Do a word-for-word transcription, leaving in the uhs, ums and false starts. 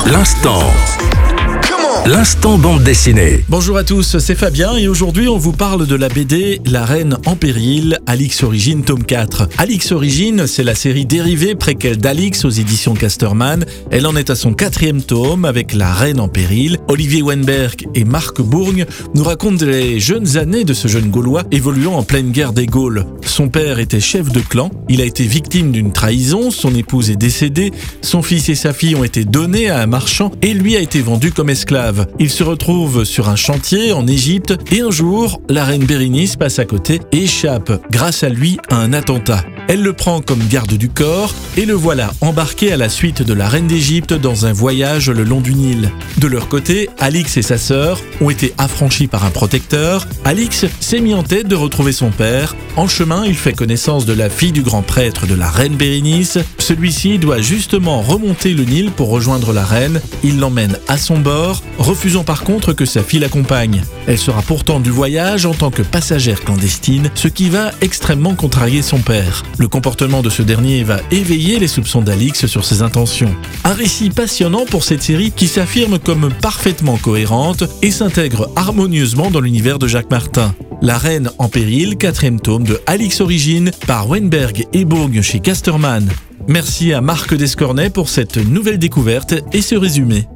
L'instant. L'instant bande dessinée. Bonjour à tous, c'est Fabien et aujourd'hui on vous parle de la B D La Reine en péril, Alix Origine tome quatre. Alix Origine, c'est la série dérivée préquelle d'Alix aux éditions Casterman. Elle en est à son quatrième tome avec La Reine en péril. Olivier Wenberg et Marc Bourgne nous racontent les jeunes années de ce jeune Gaulois évoluant en pleine guerre des Gaules. Son père était chef de clan, il a été victime d'une trahison, son épouse est décédée, son fils et sa fille ont été donnés à un marchand et lui a été vendu comme esclave. Il se retrouve sur un chantier en Égypte et un jour, la reine Bérénice passe à côté et échappe grâce à lui à un attentat. Elle le prend comme garde du corps et le voilà embarqué à la suite de la reine d'Égypte dans un voyage le long du Nil. De leur côté, Alix et sa sœur ont été affranchis par un protecteur. Alix s'est mis en tête de retrouver son père. En chemin, il fait connaissance de la fille du grand prêtre de la reine Bérénice. Celui-ci doit justement remonter le Nil pour rejoindre la reine. Il l'emmène à son bord, refusant par contre que sa fille l'accompagne. Elle sera pourtant du voyage en tant que passagère clandestine, ce qui va extrêmement contrarier son père. Le comportement de ce dernier va éveiller les soupçons d'Alix sur ses intentions. Un récit passionnant pour cette série qui s'affirme comme parfaitement cohérente et s'intègre harmonieusement dans l'univers de Jacques Martin. La Reine en péril, quatrième tome de Alix Origine par Wenberg et Bourgne chez Casterman. Merci à Marc Descornet pour cette nouvelle découverte et ce résumé.